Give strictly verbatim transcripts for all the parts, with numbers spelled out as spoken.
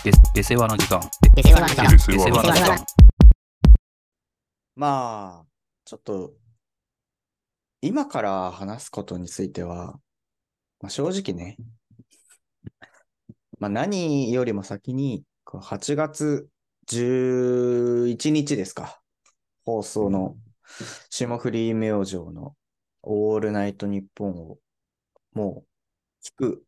で、で世話の時間。 で世話の時間。 で世話の時間。 まあ、ちょっと、今から話すことについては、まあ、正直ね、まあ、何よりも先に、こうはちがつじゅういちにちですか、放送の霜降り明星のオールナイトニッポンをもう聞く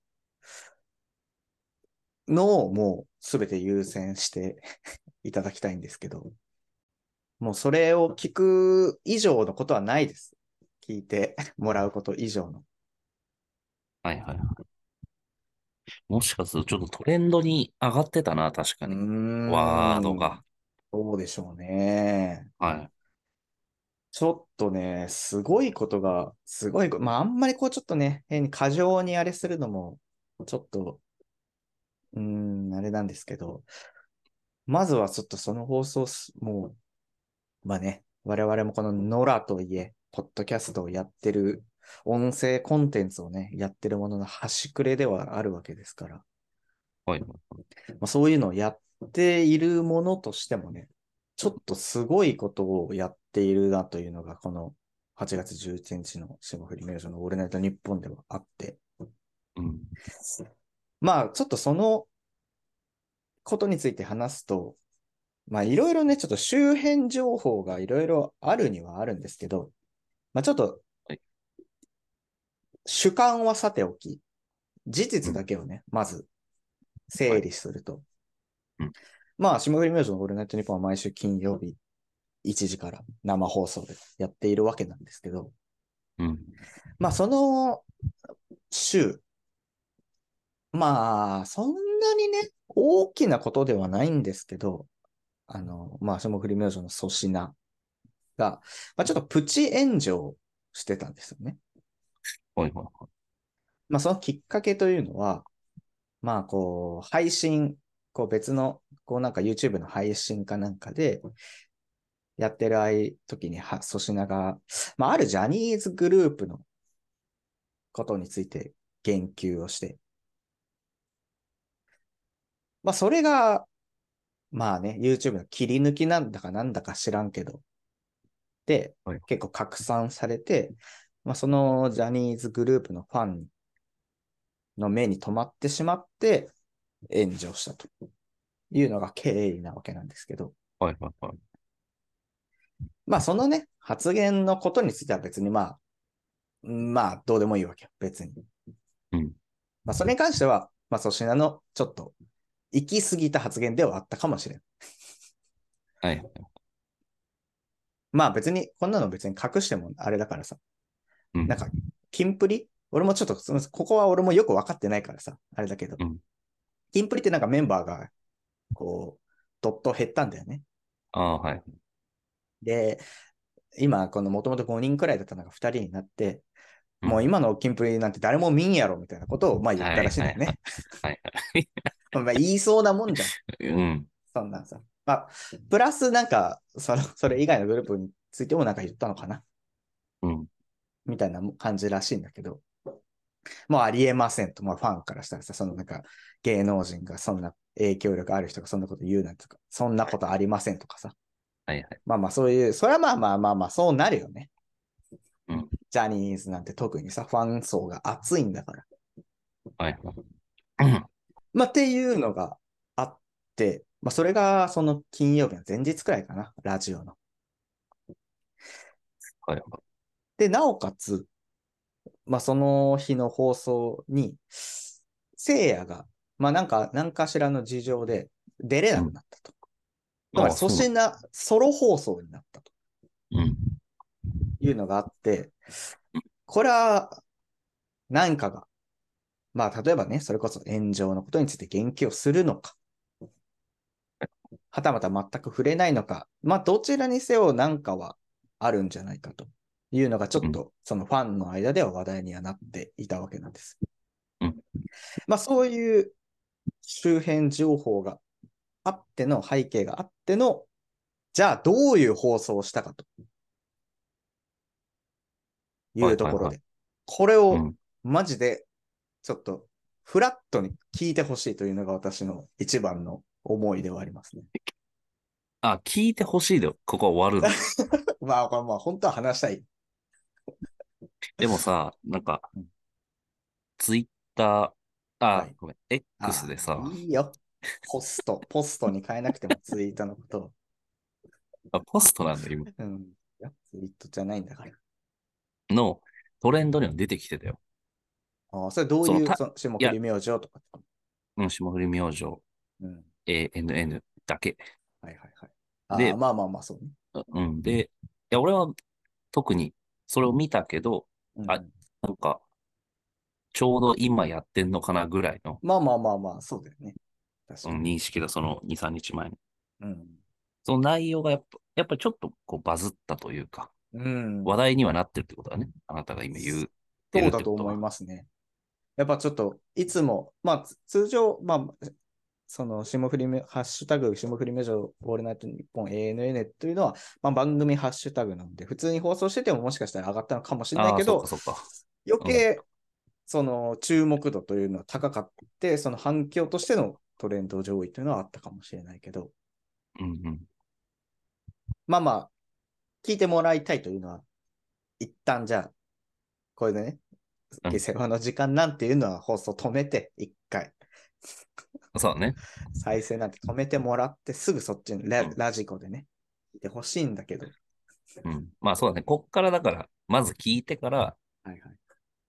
のをもうすべて優先していただきたいんですけど、もうそれを聞く以上のことはないです。聞いてもらうこと以上の。 はいはいはい。もしかするとちょっとトレンドに上がってたな、確かうーに。ワードん。 が。 そうでしょうね。 はい。 ちょっとね、すごいことが、すごいこ、まああんまりこうちょっとね、変に過剰にあれするのも、ちょっと、うーん、あれなんですけど、まずはちょっとその放送す、もう、まあね、我々もこのノラといえ、ポッドキャストをやってる、音声コンテンツをね、やってるものの端くれではあるわけですから、 はい。 まあ、そういうのをやっているものとしてもね、ちょっとすごいことをやっているなというのが、このはちがつじゅういちにちの霜降り明星のオールナイトニッポンではあって、 うん。 まあちょっとそのことについて話すと、まあいろいろね、ちょっと周辺情報がいろいろあるにはあるんですけど、まあちょっとはい。 主観はさておき、事うん。 実だけをね、まずはい。 整理すると、 うん。 まあ霜降り明星のオールナイトニッポンは毎週金曜日いちじから生放送でやっているわけなんですけど、 うん。 まあその週、まあそんなにね、大きなことではないんですけど、あの、まあ霜降り明星の粗品が、まあ、ちょっとプチ炎上してたんですよね。 はいはいはまあそのきっかけというのは、まあこう、配信、こう別の、こうなんか YouTube の配信かなんかで、やってる時には、粗品が、まああるジャニーズグループのことについて言及をして、まあそれが、まあね、YouTube の切り抜きなんだかなんだか知らんけど、で、 い。はい。 結構拡散されて、まあそのジャニーズグループのファンの目に留まってしまって炎上したというのが経緯なわけなんですけど、 はいはいはい。 まあそのね、発言のことについては別にまあ、まあどうでもいいわけよ、別に。 うん。 まあそれに関しては、まあ粗品のちょっと行き過ぎた発言ではあったかもしれん。 はい。 まあ別に、こんなの別に隠してもあれだからさ、 うん。 なんか、キンプリ俺もちょっと、ここは俺もよく分かってないからさ、あれだけど、 うん。 キンプリってなんかメンバーが、こう、どっと減ったんだよね。 ああ、はい。 で、今、このもともとごにんくらいだったのがふたりになって、 うん。 もう今のキンプリなんて誰も見んやろみたいなことをまあ言ったらはいはいはい。 しいんだよね。 はいはい。 まあ言いそうなもんじゃん。 うん。 そんなんさ。まあ、プラスなんか、その、それ以外のグループについてもなんか言ったのかなうん。 みたいな感じらしいんだけど、もうありえませんと、まあファンからしたらさ、そのなんか芸能人がそんな影響力ある人がそんなこと言うなんとか、そんなことありませんとかさ。 はいはい。 まあまあそういう、それはまあまあまあまあそうなるよね。 うん。 ジャニーズなんて特にさ、ファン層が厚いんだから。 はいはい。うん。 まあっていうのがあって、まあそれがその金曜日の前日くらいかな、ラジオの。 はいはい。 で、なおかつ、まあその日の放送に、聖夜が、まあなんか、何かしらの事情で出れなくうん。 なったと。つまりああ、そうなんだ。 粗品ソロ放送になったとうん。 いうのがあって、これは何かが、まあ例えばね、それこそ炎上のことについて言及をするのか、はたまた全く触れないのか、まあどちらにせよ何かはあるんじゃないかというのがちょうん。 っとそのファンの間では話題にはなっていたわけなんです。 うん。 まあそういう周辺情報があっての背景があっての、じゃあどういう放送をしたかといはいはいはい。 うところで、これをうん。 マジでちょっとフラットに聞いてほしいというのが私の一番の思いではありますね。 あ、聞いてほしいで、ここは終わるの？ まあ、まあ、本当は話したい。 でもさ、なんか、 うん、 ツイッター、あ、 はい。 ごめん、X ああ、 でさ、 いいよ。ポスト、ポストに変えなくてもツイートのことを。 あ、ポストなんだ、今。 うん。いやツイートじゃないんだから。 のトレンドには出てきてたよ。 ああ、それどういう、 そのた、 その霜いや、 降り明星とかってこと。 うん、霜降り明星、 うん。 エーエヌエヌ だけ。 はいはいはい。ああ、 で、 まあまあまあ、そうね。 うん、で、いや、俺は特にそれを見たけど、あ、 うんうん。 なんか、ちょうど今やってんのかなぐらいの、 まあまあまあまあ、そうだよね。確うん、 かに。 認識だ、そのに、さんにちまえの。 うん。 その内容がやっぱ、やっぱりちょっとこうバズったというか、 うん。 話題にはなってるってことだね。あなたが今言ってるそうだと思いってことは。 ますね。やっぱちょっと、いつも、まあ、つ通常、まあ、その、霜降りめ、ハッシュタグ、霜降り明星オールナイトニッポン エーエヌエヌ というのは、まあ、番組ハッシュタグなので、普通に放送しててももしかしたら上がったのかもしれないああ、 けど、 そっかそっか。うん、 余計、その、注目度というのは高かって、その反響としてのトレンド上位というのはあったかもしれないけど、 うん、うん、 まあまあ、聞いてもらいたいというのは、一旦じゃあ、これでね、 うん。 下世話の時間なんていうのは放送止めて、一回。 そうだね。 再生なんて止めてもらって、すぐそっちにラ、 うん、 ラジコでね、いてほしいんだけど。 うん。まあそうだね。こっからだから、まず聞いてから、 はいはい。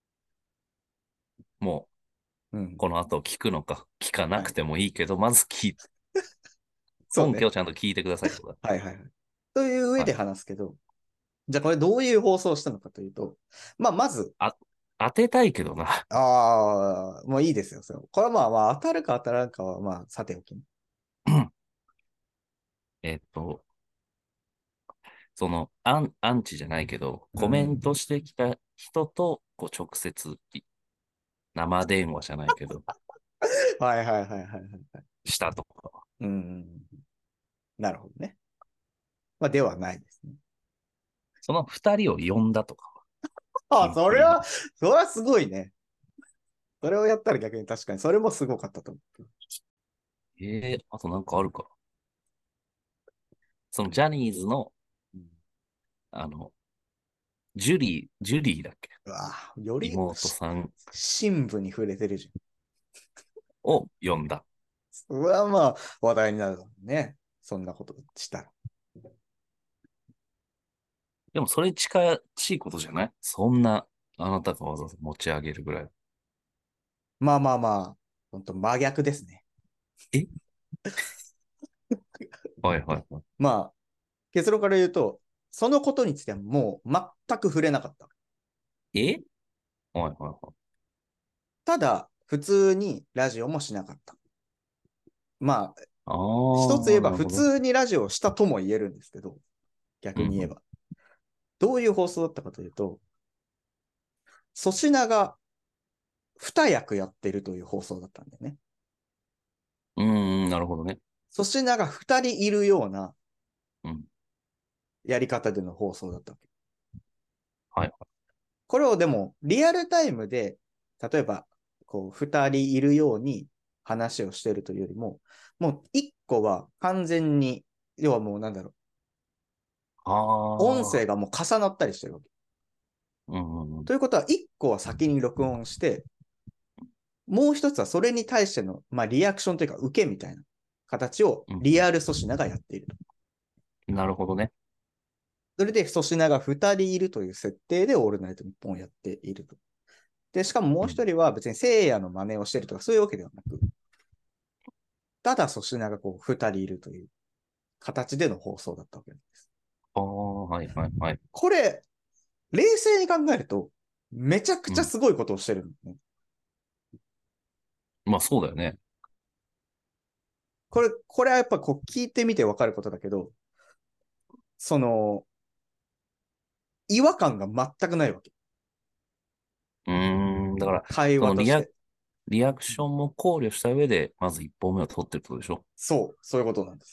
もうん。 う、この後聞くのか、聞かなはい。 くてもいいけど、まず聞い、 そうね。 本家をちゃんと聞いてくださいってことだ。 はいはいはい。という上ではい。 話すけど、じゃあこれどういう放送をしたのかというと、まあまず、 あ、当てたいけどな。 ああ、もういいですよ。それこれはまあまあ当たるか当たらんかはまあさておきね。 えっと、その、アン、アンチじゃないけど、コメうん。 ントしてきた人と、こう、直接、い生電話じゃないけど、 はいはいはいはいはいはい。 したとか。 うん。なるほどね。まあではないですね。 その二人を呼んだとかは、 ああ、 キンプリの。 それは、それはすごいね。それをやったら逆に確かに、それもすごかったと思う。 ええ、あとなんかあるか。そのジャニーズの、 うん、 あの、ジュリー、ジュリーだっけ？ うわぁより妹さん深部に触れてるじを呼んだ。 ゃん。うわまあ話題になるだろうね。そんなことしたら。 でもそれ近しいことじゃない？そんな、あなたがわざわざ持ち上げるぐらい。 まあまあまあ、本当真逆ですね。 え、はいはいはい。 まあ、結論から言うと、そのことについてはもう全く触れなかった。 え、はいはいはい。 ただ、普通にラジオもしなかった。まあ、 あ一つ言えあ、なば普るほど。 通にラジオをしたとも言えるんですけど、 うんうん。 逆に言えば。どういう放送だったかというと、粗品が二役やってるという放送だったんだよね。 うーん、なるほどね。 粗品が二人いるようなうん。 やり方での放送だったわけ。 はいはこれをでも、リアルタイムで、例えば、こう、二人いるように話をしてるというよりも、もう一個は完全に、要はもうなんだろう、 い。 音ああ、 声がもう重なったりしてるわけ。 うんうんうん。 ということは、一個は先に録音して、もう一つはそれに対しての、まあ、リアクションというか、受けみたいな形をうんリアル粗品がやっていると。 うん。なるほどね。 それで粗品が二人いるという設定でオールナイトニッポンをやっていると。で、しかももううん。 一人は別に聖夜の真似をしてるとかそういうわけではなく、ただ粗品がこう二人いるという形での放送だったわけです。 ああ、はいはいはい。 これ、冷静に考えると、めちゃくうん。 ちゃすごいことをしてるんですね。 まあそうだよね。 これ、これはやっぱこう聞いてみてわかることだけど、その、違和感が全くないわけ。 うーん。だから、 会そのリア、 話として。 リアクションも考慮した上で、まず一本目を取ってるってことでしょ？ そう、そういうことなんです。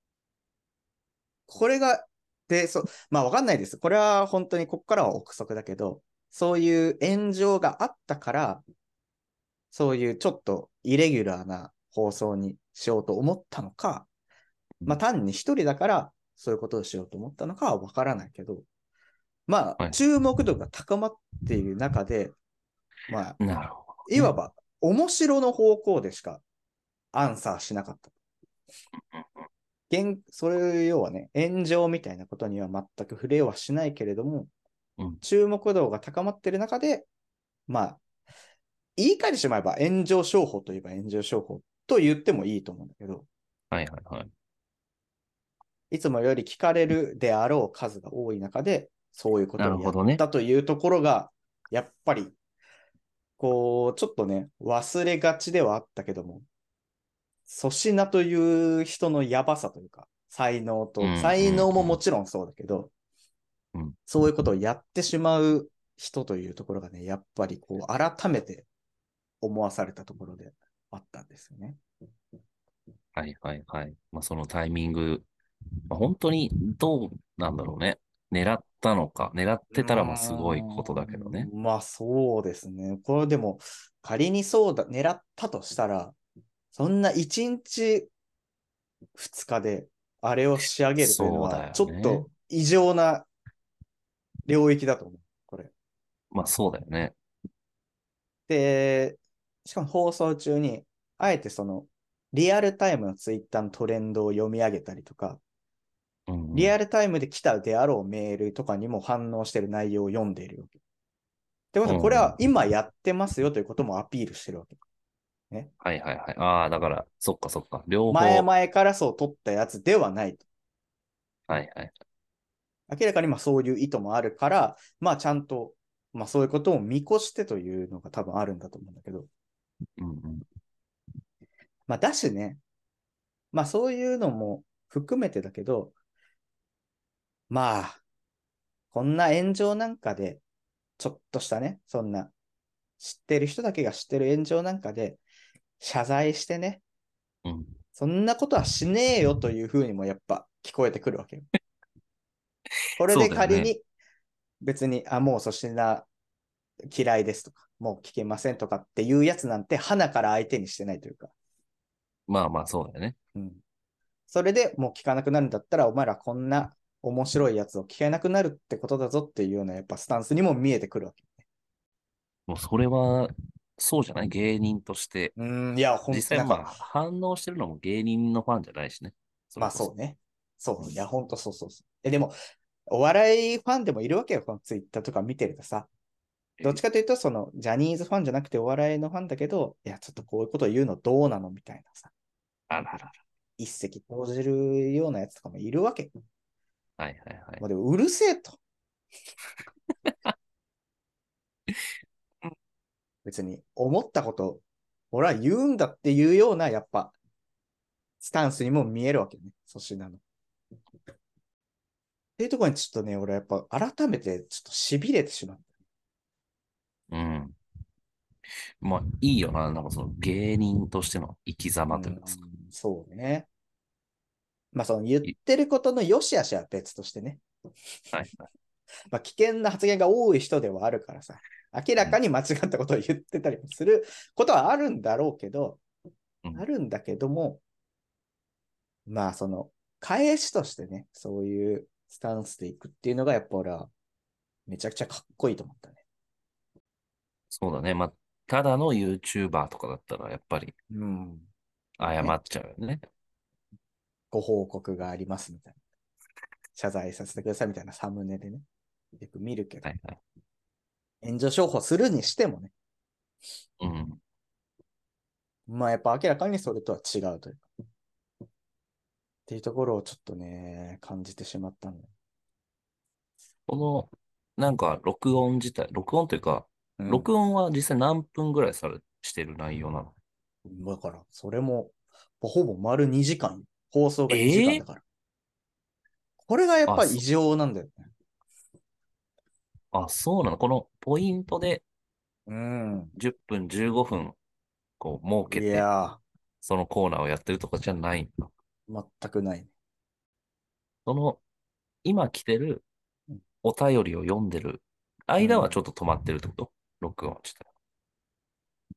これが、で、そう、まあわかんないです。これは本当にここからは憶測だけど、そういう炎上があったから、 そういうちょっとイレギュラーな放送にしようと思ったのか、まあ単に一人だからそういうことをしようと思ったのかはわからないけど、まあはい。 注目度が高まっている中で、まあ、 なるほどね。 いわば面白の方向でしかアンサーしなかった。現それ要はね、炎上みたいなことには全く触れはしないけれども、 うん。 注目度が高まっている中で、まあ、言い換えてしまえば炎上商法といえば炎上商法と言ってもいいと思うんだけど、 はいはいはい。 いつもより聞かれるであろう数が多い中で、そういうこなとをやっるほどね。 たというところが、やっぱり、こう、ちょっとね、忘れがちではあったけども、粗品という人のやばさというか、才能と、 うん才能ももうんちろんそうだけど、 うん。うん。 そういうことをやってしまう人というところがね、やっぱりこう、改めて思わされたところであったんですよね。 はいはいはい。まあそのタイミング、まあ、本当にどうなんだろうね。狙ったのか。狙っうてたらまあすごいことーだけどね。 ん、まあそうですね。これでも、仮にそうだ、狙ったとしたら、そんないちにちふつかであれを仕上げるというのは、 そうだよね。 ちょっと異常な領域だと思う。これ。 まあそうだよね。 で、しかも放送中に、あえてその、リアルタイムのツイッターのトレンドを読み上げたりとか、 うんうん。 リアルタイムで来たであろうメールとかにも反応している内容を読んでいるわけ。ってことは、これうんうん。 は今やってますよということもアピールしてるわけ。ね。 はいはいはい。ああ、だから、そっかそっか。両方。 前々からそう取ったやつではないと。 はいはい。 明らかにまあそういう意図もあるから、まあちゃんと、まあそういうことを見越してというのが多分あるんだと思うんだけど、 うんうん。 まあだしね、まあそういうのも含めてだけど、まあ、こんな炎上なんかで、ちょっとしたね、そんな知ってる人だけが知ってる炎上なんかで、謝罪してね、 うん。 そんなことはしねえよというふうにもやっぱ聞こえてくるわけよ。これでそうだよね。 仮に別に、あ、もう粗品嫌いですとか、もう聞けませんとかっていうやつなんて、鼻から相手にしてないというか、 まあまあそうだよね。 うん。それでもう聞かなくなるんだったら、お前らこんな面白いやつを聞けなくなるってことだぞっていうような、やっぱスタンスにも見えてくるわけ。 もうそれは、そうじゃない芸人として。 うん、いや、ほん、 実際なんか、 まあ反応してるのも芸人のファンじゃないしね。そまれこそ。 あそうね。そう、いや、ほんとそうそうそう。え、でも、お笑いファンでもいるわけよ、このツイッターとか見てるとさ。どっちえかというと、その、ジャニーズファンじゃなくてお笑いのファンだけど、いや、ちょっとこういうことを言うのどうなのみたいなさ。 あららら。 一石投じるようなやつとかもいるわけ。 はいはいはい。 もうでも、うるせえと。別に、思ったことを、俺は言うんだっていうような、やっぱ、スタンスにも見えるわけね。粗品の。っていうところにちょっとね、俺はやっぱ改めてちょっと痺れてしまった。 うん。まあいいよな。なんかその芸人としての生きう様というかさ。 ん、そうね。まあその言っいてることの良し悪しは別としてね。 はいはい。 まあ危険な発言が多い人ではあるからさ。明らうん。 かに間違ったことを言ってたりもすることはあるんだろうけど、 うん。 あるんだけども、まあその、返しとしてね、そういうスタンスでいくっていうのがやっぱ俺はめちゃくちゃかっこいいと思ったね。 そうだね。まあ、ただの YouTuber とかだったらやっぱりうん。まあね、 謝っちゃうよね。 ご報告がありますみたいな。謝罪させてくださいみたいなサムネでね、よく見るけど、 はいはい。 援助商法するにしてもね、 うん。 まあやっぱ明らかにそれとは違うというか、っていうところをちょっとね、感じてしまったんだよ。 この、なんか録音自体、録音というか、 うん。 録音は実際何分ぐらいされ、してる内容なの？ だから、それも、ほぼ丸にじかん、放送がにじかんええだから。これがやっあ、 ぱり異そ、 常なんだよね。 あ、そうなの。このポイントでうん。 じゅっぷん、じゅうごふん、こう、設いけて、 やそのコーナーをやってるとかじゃないんだ。 ー、全くないね。 その、今来てるお便りを読んでる間はちょうん。 っと止まってるってこと？録音して。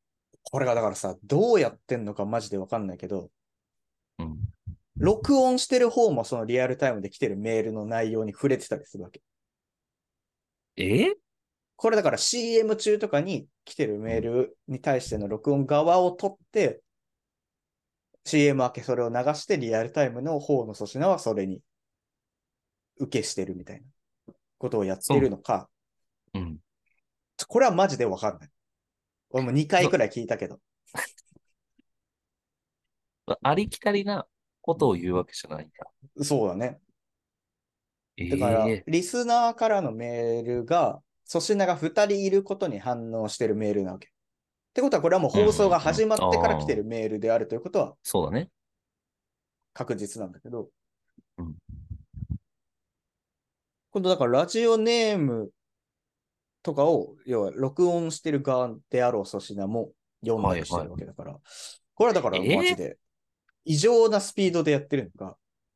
これがだからさ、どうやってんのかマジでわかんないけど、 うん。 録音してる方もそのリアルタイムで来てるメールの内容に触れてたりするわけ。 えこれだから シーエム 中とかに来てるうん。 メールに対しての録音側を取って、シーエム 明けそれを流してリアルタイムの方の粗品はそれに受けしてるみたいなことをやってるその、 のか、 うん。 これはマジでわかんない。俺もにかいそくらい聞いたけど。 ありきたりなことを言うわけじゃないんだ。 そうだね。だから、 ええリスナーからのメールが、粗品がふたりいることに反応してるメールなわけ。ってことは、これはもううん放送がうんうん。 始まってから来てああ、 るメールであるということはそうだね。 確実なんだけど、 うん。 今度だからラジオネームとかを、要は録音してる側であろう粗品も読んだりしてはいはい。 るわけだから、これはだからマジええで異常なスピードでやってるのが、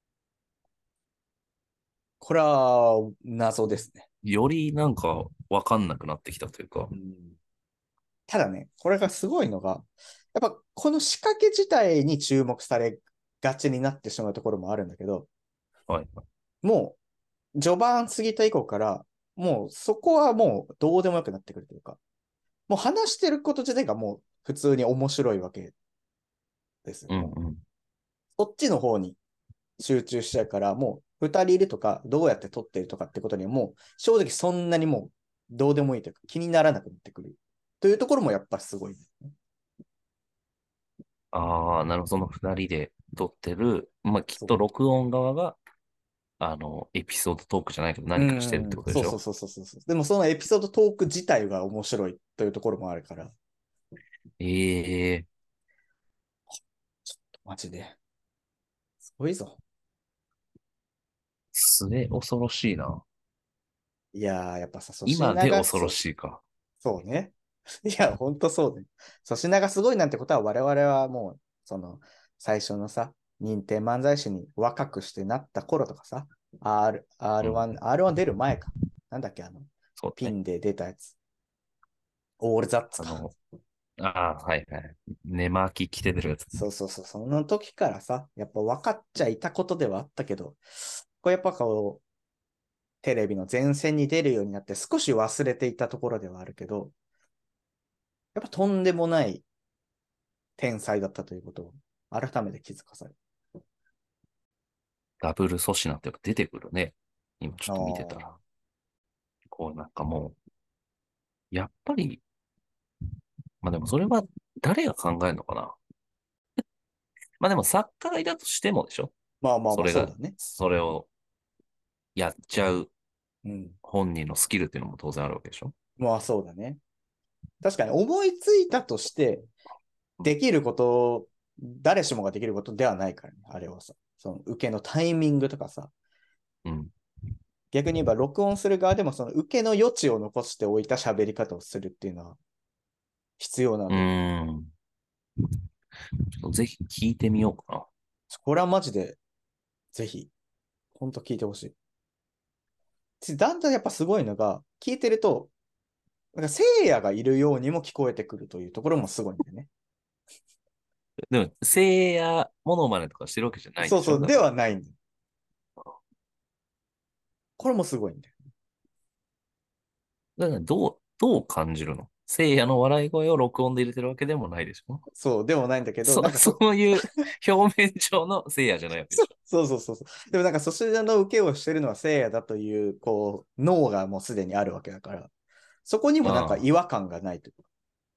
これは謎ですね。 よりなんかわかんなくなってきたというか。 うん、ただね、これがすごいのが、やっぱこの仕掛け自体に注目されがちになってしまうところもあるんだけど、 はい。 もう序盤過ぎた以降から、もうそこはもうどうでもよくなってくるというか、もう話してること自体がもう普通に面白いわけですよ。もううんうん。 そっちの方に集中しちゃうから、もう二人いるとか、どうやって撮ってるとかってことにはもう正直そんなにもうどうでもいいというか気にならなくなってくるというところもやっぱすごいですね。 ああ、なるほど。その二人で撮ってる、まあ、きっそう。 と録音側が、あの、エピソードトークじゃないけどう何かしてるってん、そうそうことでしょ？ そうそうそう。でもそのエピソードトーク自体が面白いというところもあるから、 ええマジで。すごいぞ。 末恐ろしいな。 いやー、やっぱさ、粗品今で恐ろがそう、 しいか。 そうね。いや、ほんとそうね。粗品がすごいなんてことは我々はもう、その、最初のさ、認定漫才師に若くしてなった頃とかさ、R、 うん。 R1、アールワン 出る前か。なんだっけ、あの、 そうだね。 ピンで出たやつ。オールザッツか。 あの、ああ、はいはい。寝巻き着て出るやつね。 そうそうそう、その時からさ、やっぱ分かっちゃいたことではあったけど、これやっぱこう、テレビの前線に出るようになって少し忘れていたところではあるけど、やっぱとんでもない天才だったということを改めて気づかされる。 ダブル粗品ってやっぱ出てくるね。今ちょっあと見てたら。 あ。 こうなんかもう、やっぱり、まあでもそれは誰が考えるのかな。まあでも作家がいたとしてもでしょ？ まあまあまあ、 それが、 そうだね。 それをやっちゃううん。 本人のスキルっていうのも当然あるわけでしょ？ まあそうだね。確かに思いついたとして、できること、誰しもができることではないからね、あれはさ。その受けのタイミングとかさ、 うん。 逆に言えば録音する側でもその受けの余地を残しておいた喋り方をするっていうのは必要なわうけ。 ーん。ちょっとぜひ聞いてみようかな。 これはマジで、ぜひ、ほんと聞いてほしい。だんだんやっぱすごいのが、聞いてると、なんか聖夜がいるようにも聞こえてくるというところもすごいんだよね。 でも、聖夜モノマネとかしてるわけじゃないんでそうそう、でしょ？だから。 はないんだよ。これもすごいんだよ。 だからどう、どう感じるの？聖夜の笑い声を録音で入れてるわけでもないでしょ？ そう、でもないんだけど、 そ、 なんかそ、 そういう表面上の聖夜じゃないわけでそうしょ？ そうそうそうそう。でもなんかそちらの受けをしてるのは聖夜だという、こう、脳がもうすでにあるわけだから、そこにもなんかああ、 違和感がないというか。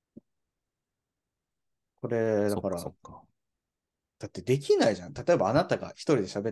これ、だそっから、 かそっか。 だってできないじゃん。例えばあなたが一人で喋って、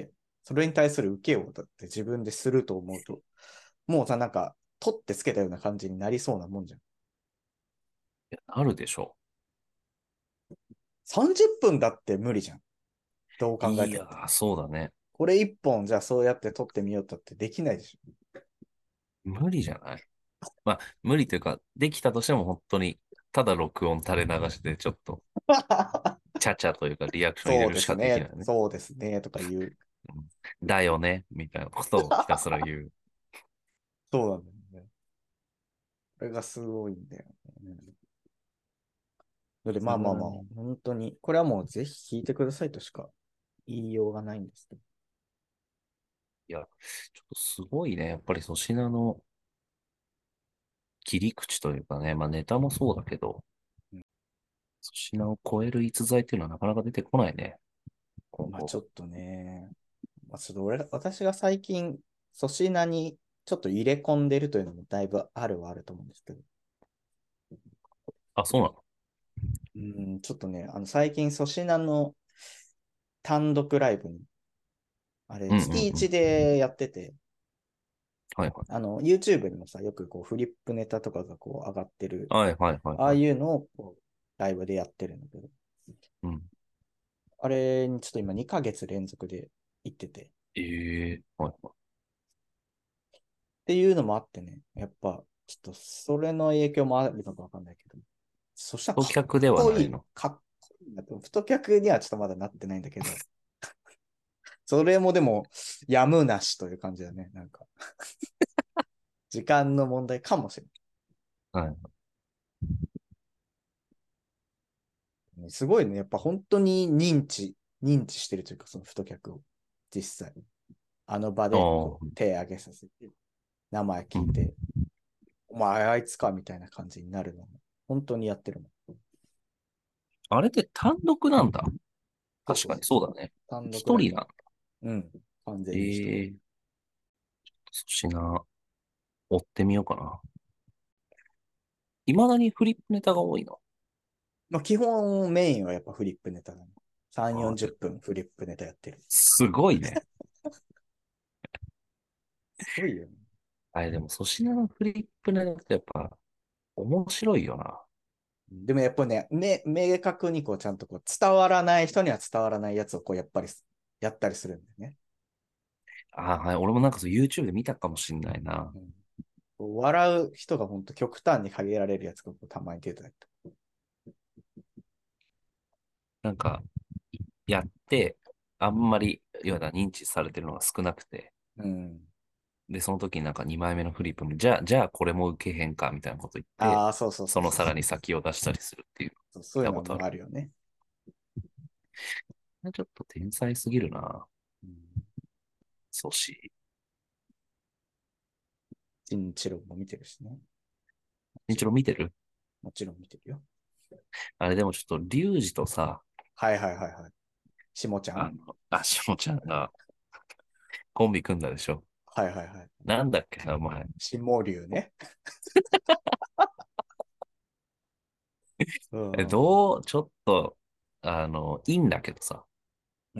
それに対する受けをだって自分ですると思うと、もうさ、なんか、取ってつけたような感じになりそうなもんじゃん。 いや、あるでしょさんじゅっぷんだって無理じゃん。どうう。 考えたって。 いやー、そうだね。 これ一本じゃあそうやって取ってみようとってできないでし無理じゃない？まあ、無理というか、できたとしても本当に、ただ録音垂れ流しでちょっと、 ょ。 ちゃちゃというかリアクション入そうれるしかできなですね。 いよね。 そうですね。とか言う。 うんだよね、みたいなことをひたすら言う。 そうなんだよね。これがすごいんだよね。 ので、まあまあまあ、本当に、これはもうぜひ聞いてくださいとしか言いようがないんですけど。 いや、ちょっとすごいね。やっぱり粗品の切り口というかね、まあネタもそうだけど、 うん、 粗品を超える逸材っていうのはなかなか出てこないね、今まあ後。 ちょっとね、まあ、ちょっと俺が、私が最近、粗品にちょっと入れ込んでるというのもだいぶあるはあると思うんですけど、 あ、そうなの？ うん、ちょっとね、あの最近粗品の単独ライブに、あれ、 うんうん月うん。 いちでやってて、 はいはい。 あの、YouTube にもさ、よくこうフリップネタとかがこう上がってる、 はいはいはいああはい。 いうのをこうライブでやってるんだけど、 うん。 あれにちょっと今にかげつ連続で行ってて、っええはいはい。 ていうのもあってね、やっぱ、ちょっとそれの影響もあるのかわかんないけど、そしたらかっ顧客ではこいい、 ないの？ かっこいいなと、太客にはちょっとまだなってないんだけど、それもでも、やむなしという感じだね、なんか。時間の問題かもしれはい。 ない。すごいね、やっぱ本当に認知、認知してるというか、その太客を、実際。あの場あでこうあ、 手挙げさせて、名前うん。 聞いて、お前あいつかみたいな感じになるのも、本当にやってるもん。 あれって単独なんだ。確かにそうそうそう。 そうだね。 単独ライブ。 一人なんだ。 うん。完全に一人。 ええ粗品、追ってみようかな。未だにフリップネタが多いの？ まあ、基本メインはやっぱフリップネタだね。さん、 ああ、 40 で、 分フリップネタやってる。 すごいね。 すごいよね。 あれ、でも粗品のフリップネタってやっぱ面白いよな。 でもやっぱね、ね明確にこうちゃんとこう伝わらない人には伝わらないやつをこうやっぱりやったりするんだよね。 ああ、はい。俺もなんかそう YouTube で見たかもしんないな。 うん、こう笑う人が本当極端に限られるやつがこうたまに出てたりとか。 なんか、やって、あんまり、いわゆる認知されてるのが少なくて、 うん。 で、その時になんかにまいめのフリップに、じゃあ、じゃあこれも受けへんか、みたいなこと言って、 ああ、そうそうそそのさらうそうそう。 に先を出したりするっていう、 そうそ見ういうのもたことある。 あるよね。 ちょっと天才すぎるな。 うん。 ソシ。 チンチロも見てるしね。もち一ろん、 郎見てる？ もちろん見てるよ。 あれでもちょっと、リュウジとさ、 はいはいはいはい。しもちゃん。 あの、あ、しもちゃんがコンビ組んだでしょ。 はいはいはい。 なんだっけ、名前。 しもりゅうね。うえ、 ん。 どう、ちょっと、あの、いいんだけどさ、 うん。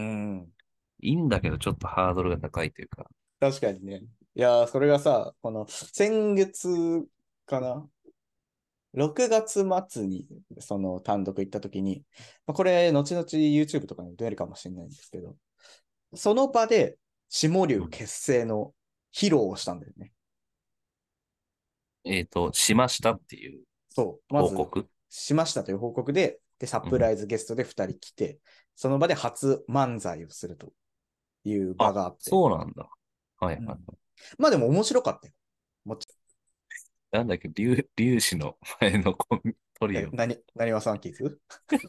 いいんだけど、ちょっとハードルが高いというか、 確かにね。いやー、それがさ、この先月かな？ ろく 月末にその単独行った時に、まあ、これ後々 YouTube とかに出るかもしれないんですけど、その場で下流うん。 結成の披露をしたんだよね。 えっと、しましたっていうそう。まず、 報告。 しましたという報告で、で、サうん。 プライズゲストでふたり来て、その場で初漫才をするという場あ、 があって。 そうなんだ。はいうん。 はいはい。 まあでも面白かったよ。もちなんだっけ、粒、粒子の前のコントリろん。 オ。 なに、なにわスワンキーズ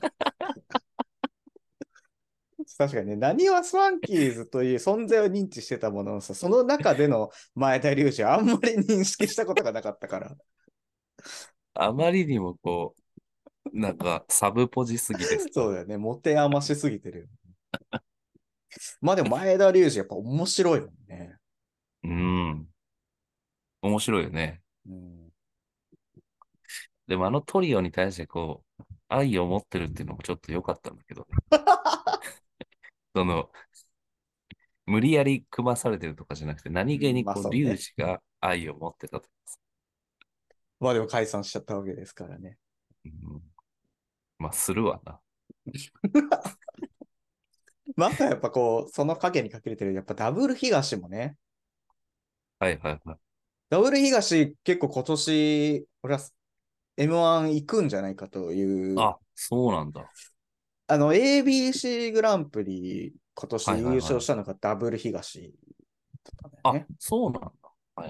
確かにね、なにわスワンキーズという存在を認知してたもののさ、その中での前田隆二はあんまり認識したことがなかったから。 あまりにもこう、なんか、サブポジすぎてさ。 そうだよね、持て余しすぎてるよ。まあでも前田隆二やっぱ面白いもんね。 うん。面白いよね。 うん、 でもあのトリオに対してこう、愛を持ってるっていうのもちょっと良かったんだけどね。その、無理やり組まされてるとかじゃなくて、何気うん、 にこう、 まあそうね。 粒子が愛を持ってたとかさ。 まあでも解散しちゃったわけですからね。 うん、まあ、するわな。 まああとはやっぱこう、その影に隠れてる、やっぱダブル東もね。 はいはいはい。 ダブル東結構今年、俺は エムワン 行くんじゃないかという、 あ、そうなんだ。 あの エービーシー グランプリ今はい年優はいはい。 勝したのがダブル東だったんだよあ、 ね。 そうなんだ。はいうん。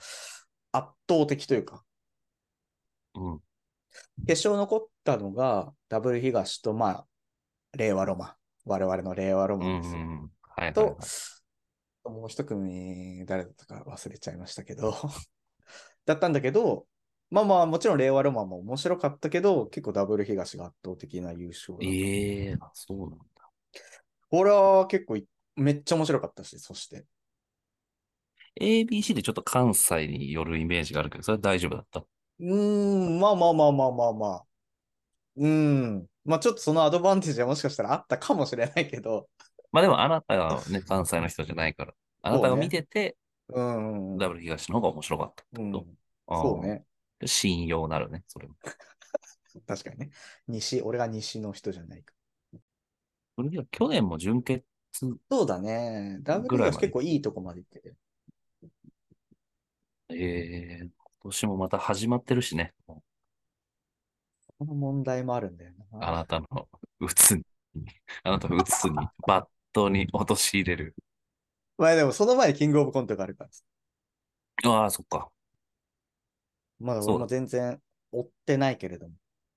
はいはい。 結構しかも圧倒的というか、 うん。 決勝残ったのが、ダブル東と、まあ、令和ロマン。我々の令和ロうんうマンですよ。 んうん。はいはいと、 はい。 もう一組、誰だったか忘れちゃいましたけどだったんだけど、まあまあ、もちろん令和ロマンも面白かったけど、結構ダブル東が圧倒的な優勝だった。 ええー、あ、そうなんだ。 これは結構めっちゃ面白かったし、そして。 エービーシー でちょっと関西によるイメージがあるけど、それは大丈夫だった？ うーん、まあまあまあまあまあまあ。うーん。まあちょっとそのアドバンテージはもしかしたらあったかもしれないけど、 まあでもあなたがね、関西の人じゃないから、あなたが見そうね。 てて、 うん、うん、 ダブル東の方が面白かったってうん。 こと？あそうね。 あ、信用なるね、それも。 確かにね。西、俺が西の人じゃないか。 それでは去年も準決そうだね。ダブルぐらいまで。 東結構いいとこまで行ってて。 ええー、今年もまた始まってるしね。 この問題もあるんだよあな。 なたのうつに、あなたのうつに、バットに陥れる。 まあでもその前にキングオブコントがあるからさ。 ああ、そっか。 まだ俺もそうだ。 全然追ってないけれども。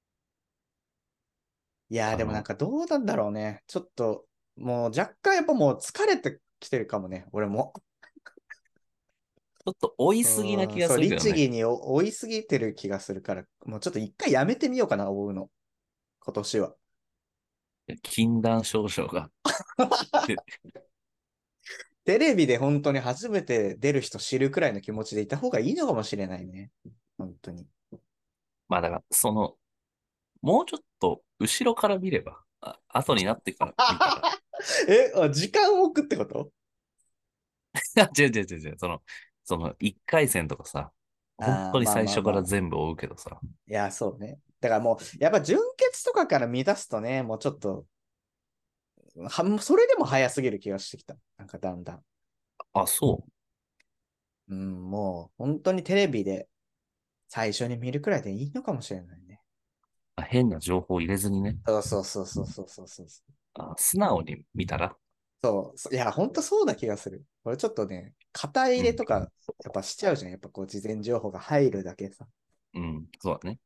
いやーでもなんあの、 かどうなんだろうね。ちょっと、もう若干やっぱもう疲れてきてるかもね。俺も。 ちょっと追いうすぎな気がーん、そう、 するけどね。 律儀に追いすぎてる気がするから、もうちょっと一回やめてみようかな、追うの。今年は。 禁断症状が。で、 テレビで本当に初めて出る人知るくらいの気持ちでいた方がいいのかもしれないね。本当に。 まあだから、その、もうちょっと後ろから見れば、あ、後になってから見たら、 え、あ時間を置くってこと？ 違う違う違う違う、その、その、一回戦とかさ、本ああー、 当にまあ最初からまあまあ。 全部追うけどさ、 いや、そうね。だからもう、やっぱ純潔とかから見出すとね、もうちょっと、は、それでも早すぎる気がしてきた。なんかだんだん。 あ、そう。 うん、もう、本当にテレビで最初に見るくらいでいいのかもしれないね。 あ、変な情報入れずにね、 そうそうそうそうそうそうそう。 あ、素直に見たら、 そうそいや、本当そうな気がする。俺ちょっとね、肩入うん、 れとか、やっぱしちゃうじゃん。やっぱこう、事前情報が入るだけさ。 うん、そうだね。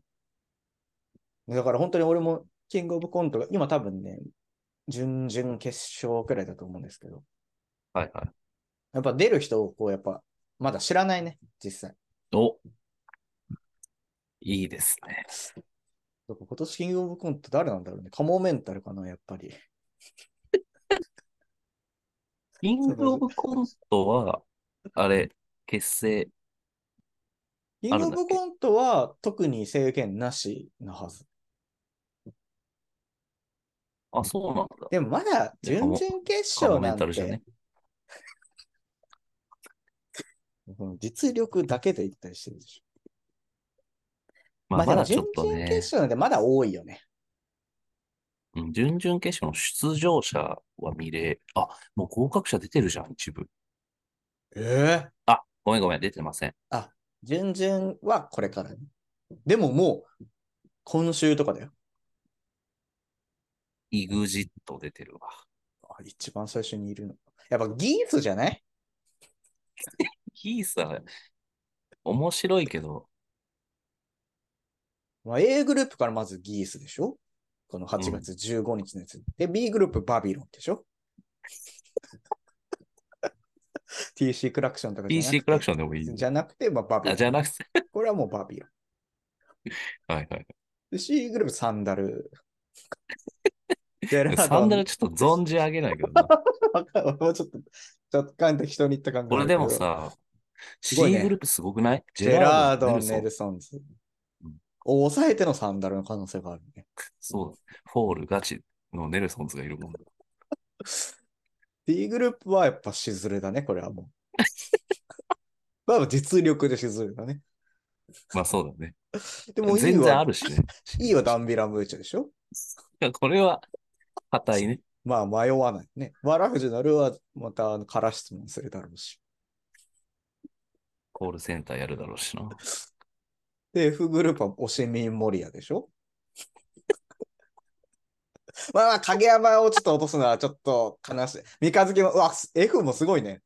だから本当に俺も、キングオブコントが、今多分ね、準々決勝くらいだと思うんですけど、 はいはい。 やっぱ出る人をこう、やっぱ、まだ知らないね、実際。 お、いいですね。 今年キングオブコント誰なんだろうね。カモメンタルかな、やっぱり。 キングオそのブコントは、あれ、結成キングオあるんだっけ？ ブコントは特に制限なしなはず。 あ、そうなんだ。 でもまだで、カ準モ、 々決勝カモメなんて、 ンタルじゃね。 実力だけで言ったりしてるでしょ。 まあ、 まあでも準まだちょっと 々決ね、 勝なんでまだ多いよね。 うん、準々決勝の出場者は見れ、あ、もう合格者出てるじゃん、一部。 ええあ、ごめんごめん、出てません。 あ、準々はこれからね。でももう今週とかだよ。 イグジット出てるわ。 あ一番最初にいるの。やっぱギースじゃない？ ヒーサー、面白いけど、 まあ、A グループからまずギースでしょ？この8 うん。 月じゅうごにちのやつ。で、B グループバビロンでしょ？ ティーシー クラクションとかじゃなピーシーくて、 クラクションでもいいよ。 じゃなくて、まあ、バビあ、 ロンね。 じゃなくて、 これはもうバビロン。 はいはい。 で、C グループサンダル。ジェラードン。 サンダルちょっと存じ上げないけどな。 もうちょっと、若干適当に言った感がこれであるけど、 もさ、 すごい C グルね。 ープすごくない？ジジェェラードン、 ラードン、ネルネルソソンズン。うん、 を抑えてのサンダルの可能性があるね。 そうだ。フォールガチのネルソンズがいるもんだ。 D グループはやっぱしずるだね、これはもう。まあ実力でしずるだね。 まあそうだね。 でも E 全然は、 あるしね。 E はダンビラムーチョでしょ？ いやこれは、硬いね。 まあ迷わないね。ワラフジナルはまたあの空質問するだろうし。 コールセンターやるだろうしな。 で、F グループはオシミン・モリアでしょ？まあまあ、影山をちょっと落とすのはちょっと悲しい。三日月も、うわ、F もすごいね。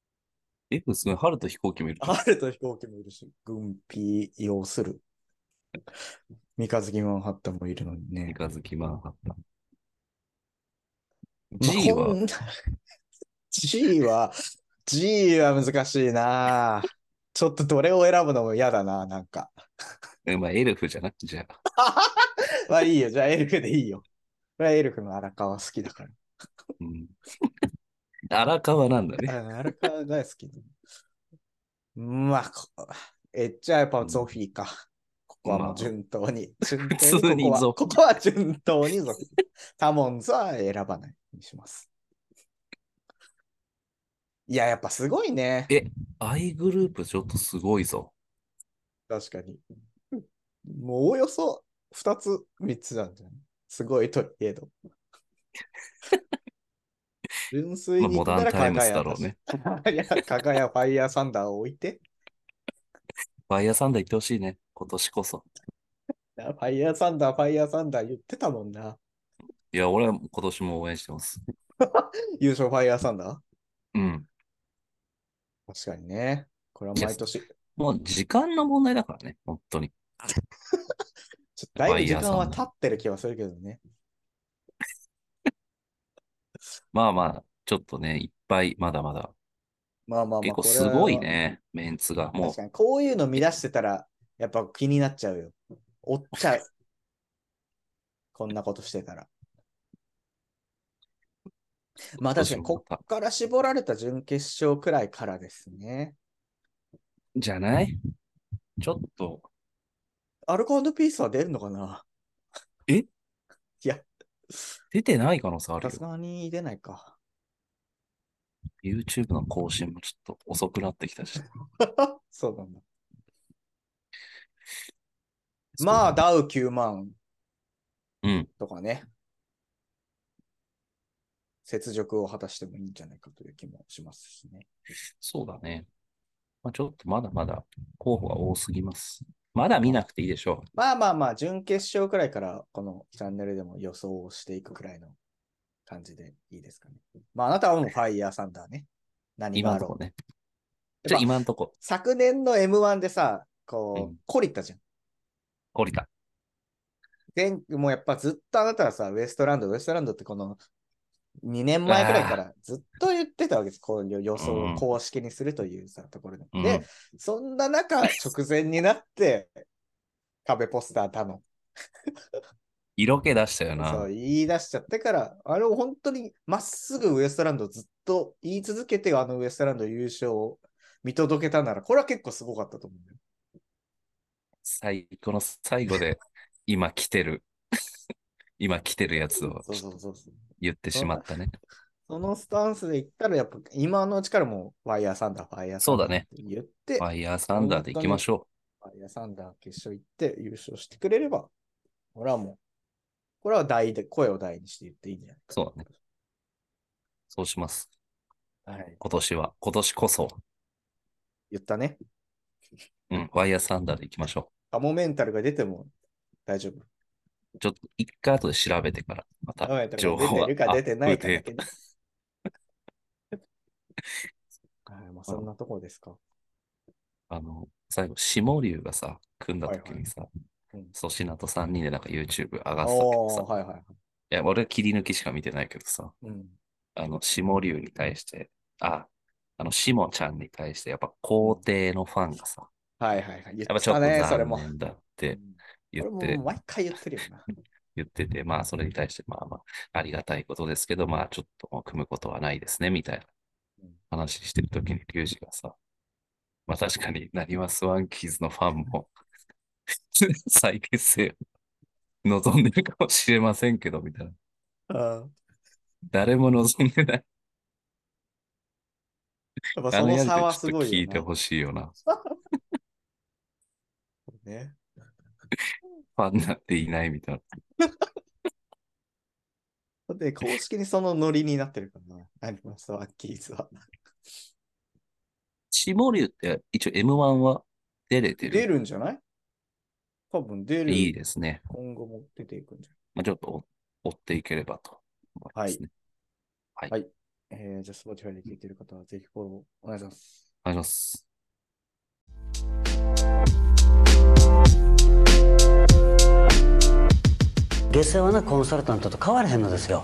F すごい、春と飛行機もいるじゃん。 春と飛行機もいるし、軍備要する。 三日月マンハッタンもいるのにね。 三日月マンハッタン。 まあ、 G は、 こんな、G は、G は難しいな。ちょっとどれを選ぶのも嫌だな、なんか。 えまあ、エルフじゃなくて、じゃあ。 まあいいよ。じゃあエルフでいいよ。これはエルフの荒川好きだから。 うん。荒川なんだね。 あ荒川が好きだ。まあ、こえ、じゃあやっぱゾうん、 フィーか。ここはもうまあ、 順当に、順普当にここは、 通にゾここは順当にゾフィー。タモンズは選ばないにします。いや、やっぱすごいね。 え、アイグループちょっとすごいぞ。 確かに。もうおおよそふたつ、みっつなんじゃないすごいといえど。純粋まあ、モに行くなら、かダンタイムがやだし。 スだろうね。 いや、かがやファイヤーサンダーを置いて、 ファイヤーサンダー行ってほしいね。今年こそ。 ファイヤーサンダー、ファイヤーサンダー言ってたもんな。 いや、俺は今年も応援してます。 優勝ファイヤーサンダーうん。 確かにね。これはいや、 毎年。 もう時間の問題だからね。本当に。 ちょっとだいぶファイ時間は経ヤーサンダー。 ってる気はするけどね。 まあまあ、ちょっとね、いっぱい、まだまだ。 まあまあまあ、これ結構すごいは、 ね。メンツが。も確かにこういうの見出してたら、やっぱ気になっちゃうよ。追っちゃう。こんなことしてたら。 う、今まあ確かに、こ年もまた。 っから絞られた準決勝くらいからですね。 じゃないちょっと、 アルコピースは出るのかなえいや、 出てない可能性あるよ。 さすがに出ないか。 YouTube の更新もちょっと遅くなってきたし。 そうなんだ。まあ、 そうだね。 ダウきゅうまんうん。 とかね、雪辱を果たしてもいいんじゃないかという気もしますしね。 そうだね。まあ、ちょっとまだまだ候補が多すぎます。まだ見なくていいでしょまあまあまあ、準決勝くらいからこのチャンネルでも予想をしていくくらいの感じでいいですかね。まあ、あなたはもうファイヤーサンダーね。 う。 何があろう。 今んとこね。じゃあやっぱ、 今んとこ。 昨年の エムワン でさ、こう、 うん。 懲りたじゃん。 降りた。 前もうやっぱずっとあなたはさ、ウエストランド、ウエストランドってこのにねんまえくらいかあらずっと言ってたわけです。こういう予あ。う想をん。 公式にするというさ、ところで。で、 うん。 そんな中、直前になって、壁ポスター頼む。 色気出したよそう、 な。 言い出しちゃってから、あれを本当にまっすぐウエストランドずっと言い続けて、あのウエストランド優勝を見届けたなら、これは結構すごかったと思うんだよ。 最後の最後で今来てる、今来てるやつをそうそうそうそう。 言ってしそのまったね。 そのスタンスで言ったら、やっぱ今のうちからもうファイヤーサンダー、ファイヤーサンダーってそうだね。 言って、 ファイヤーサンダーで行本当にきましょう。 ファイヤーサンダー決勝行って優勝してくれれば、これはもう、これは大で、声を大にして言っていいんじゃないかそうだね。そうします。 な。はい。 今年は、今年こそ、 言ったね。 うん、ファイヤーサンダーで行きましょカモメンタルが出ても大丈夫。 う。ちょっと一回後で調べてから、またカモメンタルが情報は出てるかアッ出てないかだプデート。 けね。はい、まあそんなところですか。 あの、最後、下流がさ、組んだはいはい。 時にさ、 うん、 粗品とさんにんでなんか YouTube 上がってたけどさ、 おー、はいはいはい。 いや、俺は切り抜きしか見てないけどさ、 うん。 あの、下流に対して、あ、あの、しもちゃんに対して、やっぱ皇うん、 帝のファンがさ、 はいはいはい。言っやっぱちょっとてたね、それも。 残念だってうん、これももう言って、 毎回言ってるよな。 言ってて、まあ、それに対して、まあまあ、ありがたいことですけど、まあ、ちょっともう組むことはないですね、みたいなうん、 話してるときに、リュウジがさ、まあ確かに、なにわスワンキーズのファンも再結成を望んでるかもしれませんけど、みたいな。 あ誰も望んでない。 やっぱそあのやりとりちょっの差はすと聞いてごいよな。 ほしいよな。 ね。 ファンになっていないみたいな。 で、公式にそのノリになってるからな。ありますワッキーズは。 シモリュウって一応 エムワン は出れて出る。 るんじゃない多分出いいる。 ですね。 今後も出ていくんじまあ、ちょっと追っていければと思いゃないはい。 ますね。はい。 はい。えー、じゃあ、Spotify で聞いてる方はぜひフォローお願いします。 お願いします。 下世話なコンサルタントと変わらへんのですよ。